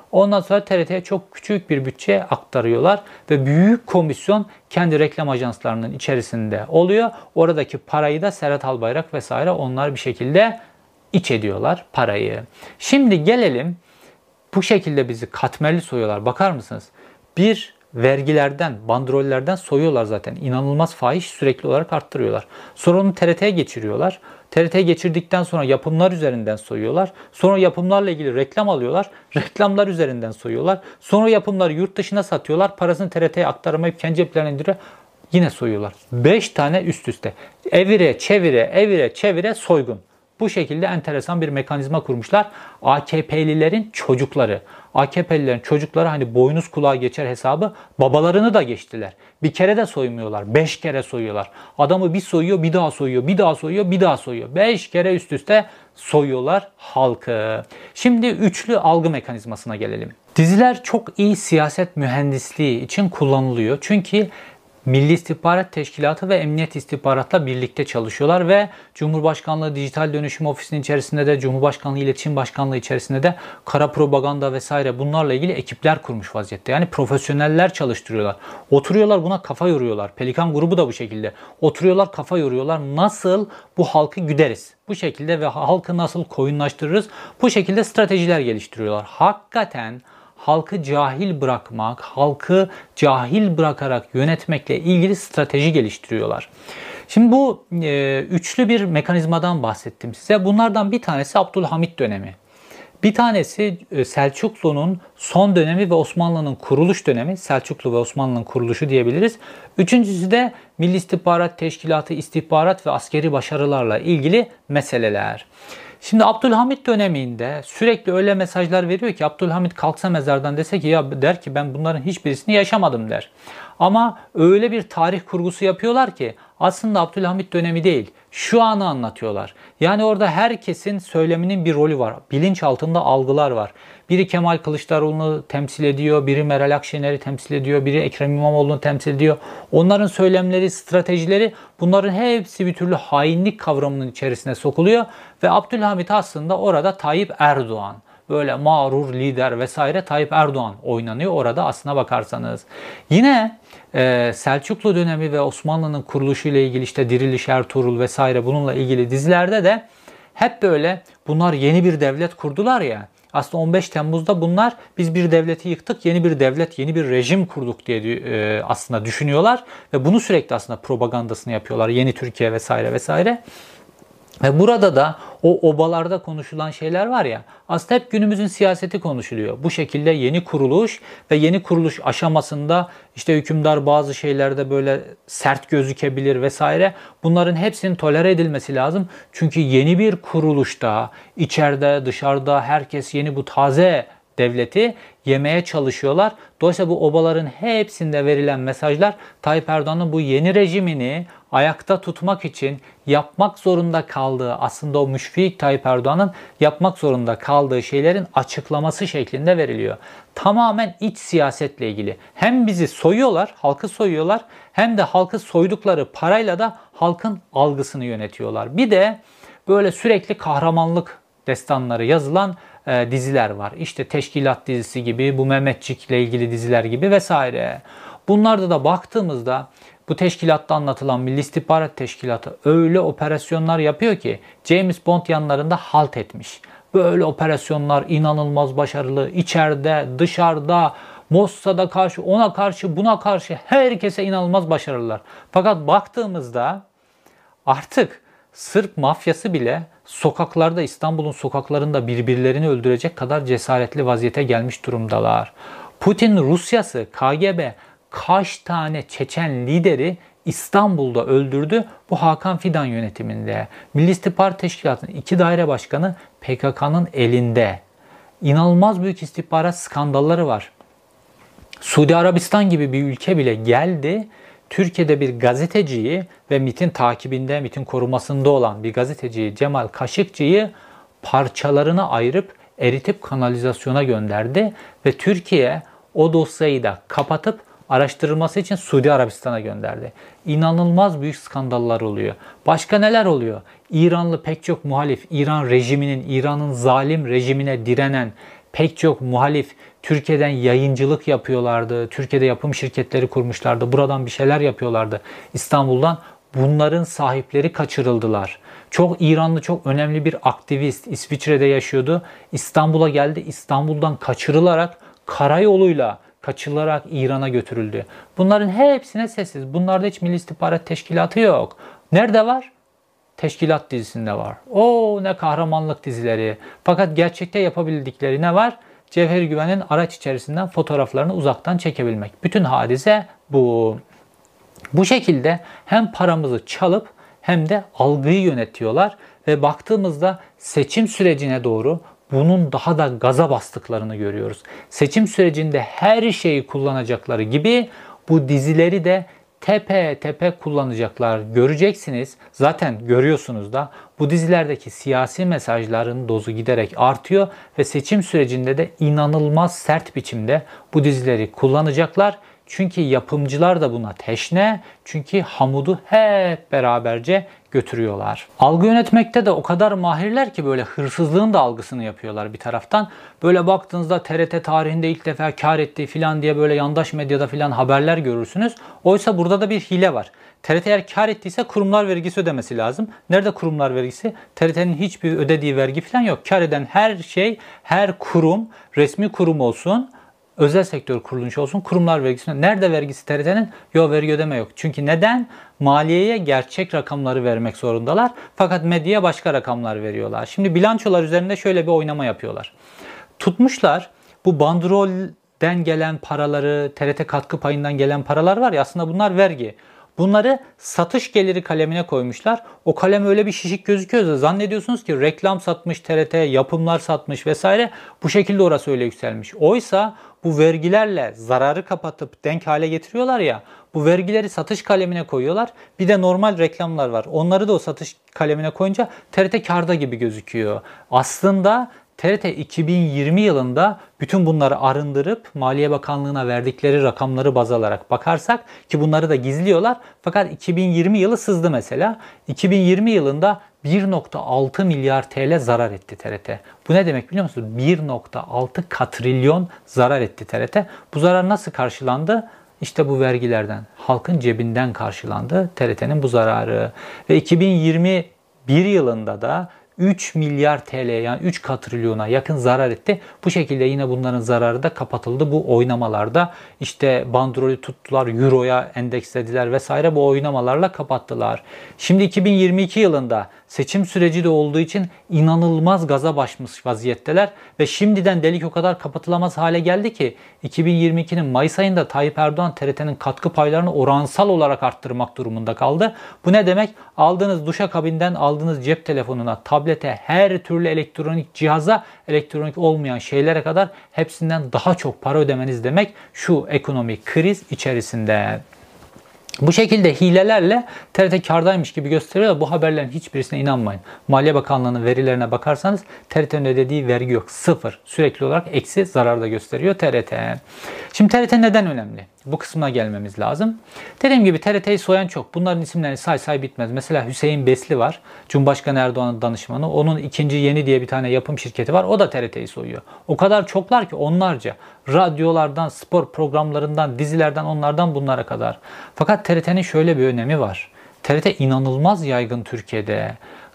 Ondan sonra TRT'ye çok küçük bir bütçe aktarıyorlar ve büyük komisyon kendi reklam ajanslarının içerisinde oluyor. Oradaki parayı da Serhat Albayrak vesaire onlar bir şekilde iç ediyorlar parayı. Şimdi gelelim, bu şekilde bizi katmerli soyuyorlar. Bakar mısınız? Bir, vergilerden, bandrollerden soyuyorlar zaten. İnanılmaz fahiş sürekli olarak arttırıyorlar. Sonra onu TRT'ye geçiriyorlar. TRT'ye geçirdikten sonra yapımlar üzerinden soyuyorlar. Sonra yapımlarla ilgili reklam alıyorlar. Reklamlar üzerinden soyuyorlar. Sonra yapımları yurt dışına satıyorlar. Parasını TRT'ye aktarmayıp kendi ceplerine indiriyor. Yine soyuyorlar. 5 tane üst üste. Evire çevire, evire çevire soygun. Bu şekilde enteresan bir mekanizma kurmuşlar. AKP'lilerin çocukları. AKP'lilerin çocukları hani boynuz kulağa geçer hesabı babalarını da geçtiler. Bir kere de soymuyorlar. 5 kere soyuyorlar. Adamı bir soyuyor, bir daha soyuyor, bir daha soyuyor, bir daha soyuyor. 5 kere üst üste soyuyorlar halkı. Şimdi üçlü algı mekanizmasına gelelim. Diziler çok iyi siyaset mühendisliği için kullanılıyor. Çünkü Milli İstihbarat Teşkilatı ve Emniyet İstihbarat'la birlikte çalışıyorlar ve Cumhurbaşkanlığı Dijital Dönüşüm Ofisi'nin içerisinde de Cumhurbaşkanlığı İletişim Başkanlığı içerisinde de kara propaganda vesaire bunlarla ilgili ekipler kurmuş vaziyette. Yani profesyoneller çalıştırıyorlar. Oturuyorlar buna kafa yoruyorlar. Pelikan grubu da bu şekilde. Oturuyorlar kafa yoruyorlar. Nasıl bu halkı güderiz? Bu şekilde ve halkı nasıl koyunlaştırırız? Bu şekilde stratejiler geliştiriyorlar. Hakikaten halkı cahil bırakmak, halkı cahil bırakarak yönetmekle ilgili strateji geliştiriyorlar. Şimdi bu üçlü bir mekanizmadan bahsettim size. Bunlardan bir tanesi Abdülhamit dönemi. Bir tanesi Selçuklu'nun son dönemi ve Osmanlı'nın kuruluş dönemi. Selçuklu ve Osmanlı'nın kuruluşu diyebiliriz. Üçüncüsü de Milli İstihbarat Teşkilatı, istihbarat ve askeri başarılarla ilgili meseleler. Şimdi Abdülhamit döneminde sürekli öyle mesajlar veriyor ki Abdülhamit kalksa mezardan dese ki ya der ki ben bunların hiçbirisini yaşamadım der. Ama öyle bir tarih kurgusu yapıyorlar ki aslında Abdülhamit dönemi değil, şu anı anlatıyorlar. Yani orada herkesin söyleminin bir rolü var. Bilinç altında algılar var. Biri Kemal Kılıçdaroğlu'nu temsil ediyor, biri Meral Akşener'i temsil ediyor, biri Ekrem İmamoğlu'nu temsil ediyor. Onların söylemleri, stratejileri bunların hepsi bir türlü hainlik kavramının içerisine sokuluyor. Ve Abdülhamit aslında orada Tayyip Erdoğan. Böyle mağrur lider vesaire Tayyip Erdoğan oynanıyor orada aslına bakarsanız. Yine Selçuklu dönemi ve Osmanlı'nın kuruluşu ile ilgili işte Diriliş Ertuğrul vesaire bununla ilgili dizilerde de hep böyle bunlar yeni bir devlet kurdular ya. Aslında 15 Temmuz'da bunlar biz bir devleti yıktık, yeni bir devlet, yeni bir rejim kurduk diye aslında düşünüyorlar. Ve bunu sürekli aslında propagandasını yapıyorlar. Yeni Türkiye vesaire vesaire. Ve burada da o obalarda konuşulan şeyler var ya aslında hep günümüzün siyaseti konuşuluyor. Bu şekilde yeni kuruluş ve yeni kuruluş aşamasında işte hükümdar bazı şeylerde böyle sert gözükebilir vesaire. Bunların hepsinin tolere edilmesi lazım. Çünkü yeni bir kuruluşta içeride dışarıda herkes yeni bu taze devleti yemeye çalışıyorlar. Dolayısıyla bu obaların hepsinde verilen mesajlar Tayyip Erdoğan'ın bu yeni rejimini ayakta tutmak için yapmak zorunda kaldığı aslında o müşfik Tayyip Erdoğan'ın yapmak zorunda kaldığı şeylerin açıklaması şeklinde veriliyor. Tamamen iç siyasetle ilgili. Hem bizi soyuyorlar, halkı soyuyorlar hem de halkı soydukları parayla da halkın algısını yönetiyorlar. Bir de böyle sürekli kahramanlık destanları yazılan diziler var. İşte Teşkilat dizisi gibi, bu Mehmetçik'le ilgili diziler gibi vesaire. Bunlarda da baktığımızda bu teşkilatta anlatılan Milli İstihbarat Teşkilatı öyle operasyonlar yapıyor ki James Bond yanlarında halt etmiş. Böyle operasyonlar inanılmaz başarılı. İçeride, dışarıda, Mossad'a karşı, ona karşı, buna karşı herkese inanılmaz başarılılar. Fakat baktığımızda artık Sırp mafyası bile sokaklarda, İstanbul'un sokaklarında birbirlerini öldürecek kadar cesaretli vaziyete gelmiş durumdalar. Putin Rusyası, KGB kaç tane Çeçen lideri İstanbul'da öldürdü bu Hakan Fidan yönetiminde. Milli İstihbarat Teşkilatı'nın 2 daire başkanı PKK'nın elinde. İnanılmaz büyük istihbarat skandalları var. Suudi Arabistan gibi bir ülke bile geldi. Türkiye'de bir gazeteciyi ve MİT'in takibinde, MİT'in korumasında olan bir gazeteciyi Cemal Kaşıkçı'yı parçalarına ayırıp eritip kanalizasyona gönderdi. Ve Türkiye o dosyayı da kapatıp araştırılması için Suudi Arabistan'a gönderdi. İnanılmaz büyük skandallar oluyor. Başka neler oluyor? İranlı pek çok muhalif, İran rejiminin, İran'ın zalim rejimine direnen pek çok muhalif Türkiye'den yayıncılık yapıyorlardı. Türkiye'de yapım şirketleri kurmuşlardı. Buradan bir şeyler yapıyorlardı İstanbul'dan. Bunların sahipleri kaçırıldılar. Çok İranlı, çok önemli bir aktivist İsviçre'de yaşıyordu. İstanbul'a geldi. İstanbul'dan kaçırılarak karayoluyla kaçırılarak İran'a götürüldü. Bunların hepsine sessiz. Bunlarda hiç Milli İstihbarat Teşkilatı yok. Nerede var? Teşkilat dizisinde var. O ne kahramanlık dizileri. Fakat gerçekte yapabildikleri ne var? Cevher Güven'in araç içerisinden fotoğraflarını uzaktan çekebilmek. Bütün hadise bu. Bu şekilde hem paramızı çalıp hem de algıyı yönetiyorlar ve baktığımızda seçim sürecine doğru bunun daha da gaza bastıklarını görüyoruz. Seçim sürecinde her şeyi kullanacakları gibi bu dizileri de tepe tepe kullanacaklar. Göreceksiniz, zaten görüyorsunuz da bu dizilerdeki siyasi mesajların dozu giderek artıyor ve seçim sürecinde de inanılmaz sert biçimde bu dizileri kullanacaklar. Çünkü yapımcılar da buna teşne. Çünkü hamudu hep beraberce götürüyorlar. Algı yönetmekte de o kadar mahirler ki böyle hırsızlığın da algısını yapıyorlar bir taraftan. Böyle baktığınızda TRT tarihinde ilk defa kar ettiği filan diye böyle yandaş medyada filan haberler görürsünüz. Oysa burada da bir hile var. TRT eğer kar ettiyse kurumlar vergisi ödemesi lazım. Nerede kurumlar vergisi? TRT'nin hiçbir ödediği vergi filan yok. Kar eden her şey, her kurum, resmi kurum olsun, özel sektör kuruluşu olsun, kurumlar vergisi. Nerede vergisi TRT'nin? Yok, vergi ödeme yok. Çünkü neden? Maliyeye gerçek rakamları vermek zorundalar. Fakat medyaya başka rakamlar veriyorlar. Şimdi bilançolar üzerinde şöyle bir oynama yapıyorlar. Tutmuşlar bu bandrolden gelen paraları, TRT katkı payından gelen paralar var ya, aslında bunlar vergi. Bunları satış geliri kalemine koymuşlar. O kalem öyle bir şişik gözüküyor da zannediyorsunuz ki reklam satmış TRT, yapımlar satmış vesaire. Bu şekilde orası öyle yükselmiş. Oysa bu vergilerle zararı kapatıp denk hale getiriyorlar ya. Bu vergileri satış kalemine koyuyorlar. Bir de normal reklamlar var. Onları da o satış kalemine koyunca TRT kârda gibi gözüküyor. Aslında TRT 2020 yılında bütün bunları arındırıp Maliye Bakanlığı'na verdikleri rakamları baz alarak bakarsak, ki bunları da gizliyorlar, fakat 2020 yılı sızdı mesela. 2020 yılında 1.6 milyar TL zarar etti TRT. Bu ne demek biliyor musunuz? 1.6 katrilyon zarar etti TRT. Bu zarar nasıl karşılandı? İşte bu vergilerden, halkın cebinden karşılandı TRT'nin bu zararı. Ve 2021 yılında da 3 milyar TL, yani 3 katrilyona yakın zarar etti. Bu şekilde yine bunların zararı da kapatıldı bu oynamalarda. İşte bandrolü tuttular, euroya endekslediler vesaire, bu oynamalarla kapattılar. Şimdi 2022 yılında seçim süreci de olduğu için inanılmaz gaza başmış vaziyetteler ve şimdiden delik o kadar kapatılamaz hale geldi ki 2022'nin Mayıs ayında Tayyip Erdoğan TRT'nin katkı paylarını oransal olarak arttırmak durumunda kaldı. Bu ne demek? Aldığınız duşakabinden aldığınız cep telefonuna, tablete, her türlü elektronik cihaza, elektronik olmayan şeylere kadar hepsinden daha çok para ödemeniz demek şu ekonomik kriz içerisinde. Bu şekilde hilelerle TRT kârdaymış gibi gösteriyor da bu haberlerin hiçbirisine inanmayın. Maliye Bakanlığı'nın verilerine bakarsanız TRT'nin ödediği vergi yok. Sıfır. Sürekli olarak eksi zararda gösteriyor TRT. Şimdi TRT neden önemli? Bu kısmına gelmemiz lazım. Dediğim gibi TRT'yi soyan çok. Bunların isimlerini say bitmez. Mesela Hüseyin Besli var. Cumhurbaşkanı Erdoğan'ın danışmanı. Onun ikinci Yeni diye bir tane yapım şirketi var. O da TRT'yi soyuyor. O kadar çoklar ki, onlarca. Radyolardan, spor programlarından, dizilerden, onlardan bunlara kadar. Fakat TRT'nin şöyle bir önemi var. TRT inanılmaz yaygın Türkiye'de.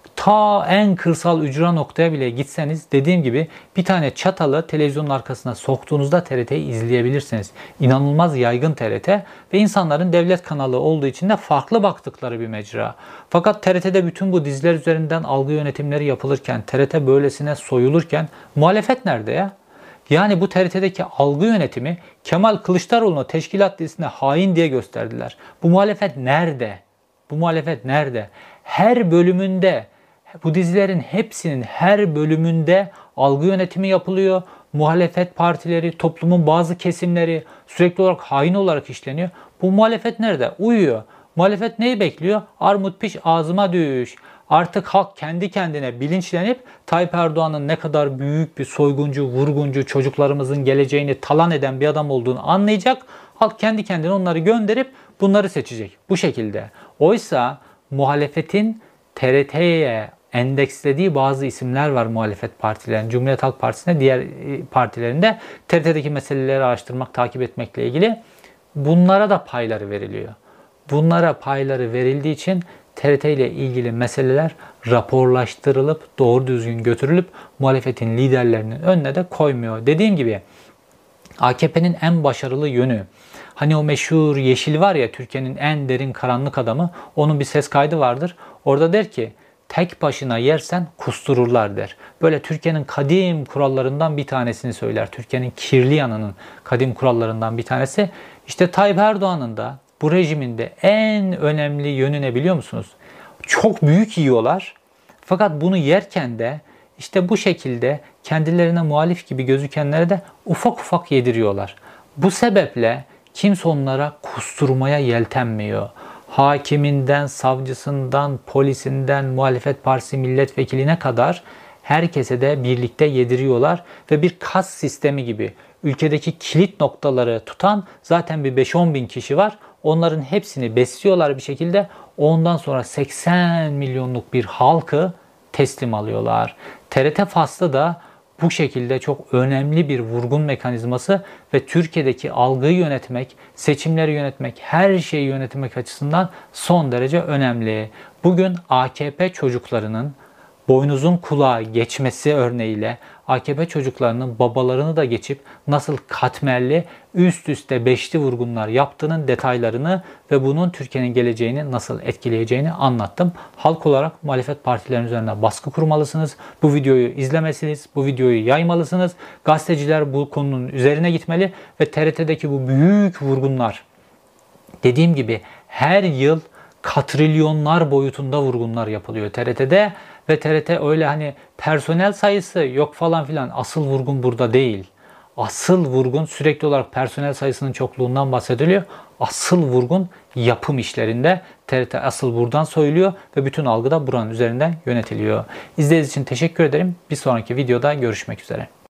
Ta en kırsal ücra noktaya bile gitseniz, dediğim gibi bir tane çatalı televizyonun arkasına soktuğunuzda TRT'yi izleyebilirsiniz. İnanılmaz yaygın TRT ve insanların devlet kanalı olduğu için de farklı baktıkları bir mecra. Fakat TRT'de bütün bu diziler üzerinden algı yönetimleri yapılırken, TRT böylesine soyulurken muhalefet nerede ya? Yani bu TRT'deki algı yönetimi Kemal Kılıçdaroğlu'nu teşkilat dizisine hain diye gösterdiler. Bu muhalefet nerede? Bu muhalefet nerede? Her bölümünde, bu dizilerin hepsinin her bölümünde algı yönetimi yapılıyor. Muhalefet partileri, toplumun bazı kesimleri sürekli olarak hain olarak işleniyor. Bu muhalefet nerede? Uyuyor. Muhalefet neyi bekliyor? Armut piş ağzıma düş. Artık halk kendi kendine bilinçlenip Tayyip Erdoğan'ın ne kadar büyük bir soyguncu, vurguncu, çocuklarımızın geleceğini talan eden bir adam olduğunu anlayacak. Halk kendi kendine onları gönderip bunları seçecek. Bu şekilde. Oysa muhalefetin TRT'ye endekslediği bazı isimler var muhalefet partilerinin. Cumhuriyet Halk Partisi'ne, diğer partilerinde TRT'deki meseleleri araştırmak, takip etmekle ilgili bunlara da payları veriliyor. Bunlara payları verildiği için TRT ile ilgili meseleler raporlaştırılıp doğru düzgün götürülüp muhalefetin liderlerinin önüne de koymuyor. Dediğim gibi AKP'nin en başarılı yönü, hani o meşhur Yeşil var ya, Türkiye'nin en derin karanlık adamı, onun bir ses kaydı vardır. Orada der ki tek başına yersen kustururlar der. Böyle Türkiye'nin kadim kurallarından bir tanesini söyler. Türkiye'nin kirli yanının kadim kurallarından bir tanesi. İşte Tayyip Erdoğan'ın da bu rejiminde en önemli yönü ne biliyor musunuz? Çok büyük yiyorlar. Fakat bunu yerken de işte bu şekilde kendilerine muhalif gibi gözükenlere de ufak ufak yediriyorlar. Bu sebeple kimse onlara kusturmaya yeltenmiyor. Hakiminden, savcısından, polisinden, muhalefet partisi milletvekiline kadar herkese de birlikte yediriyorlar ve bir kas sistemi gibi ülkedeki kilit noktaları tutan zaten bir 5-10 bin kişi var. Onların hepsini besliyorlar bir şekilde. Ondan sonra 80 milyonluk bir halkı teslim alıyorlar. TRT faslı da bu şekilde çok önemli bir vurgun mekanizması ve Türkiye'deki algıyı yönetmek, seçimleri yönetmek, her şeyi yönetmek açısından son derece önemli. Bugün AKP çocuklarının boynuzun kulağa geçmesi örneğiyle AKP çocuklarının babalarını da geçip nasıl katmerli üst üste beşli vurgunlar yaptığının detaylarını ve bunun Türkiye'nin geleceğini nasıl etkileyeceğini anlattım. Halk olarak muhalefet partilerinin üzerine baskı kurmalısınız. Bu videoyu izlemesiniz, bu videoyu yaymalısınız. Gazeteciler bu konunun üzerine gitmeli ve TRT'deki bu büyük vurgunlar, dediğim gibi her yıl katrilyonlar boyutunda vurgunlar yapılıyor TRT'de ve TRT öyle hani personel sayısı yok falan filan, asıl vurgun burada değil. Asıl vurgun, sürekli olarak personel sayısının çokluğundan bahsediliyor. Asıl vurgun yapım işlerinde. TRT asıl buradan soyuluyor ve bütün algı da buranın üzerinden yönetiliyor. İzlediğiniz için teşekkür ederim. Bir sonraki videoda görüşmek üzere.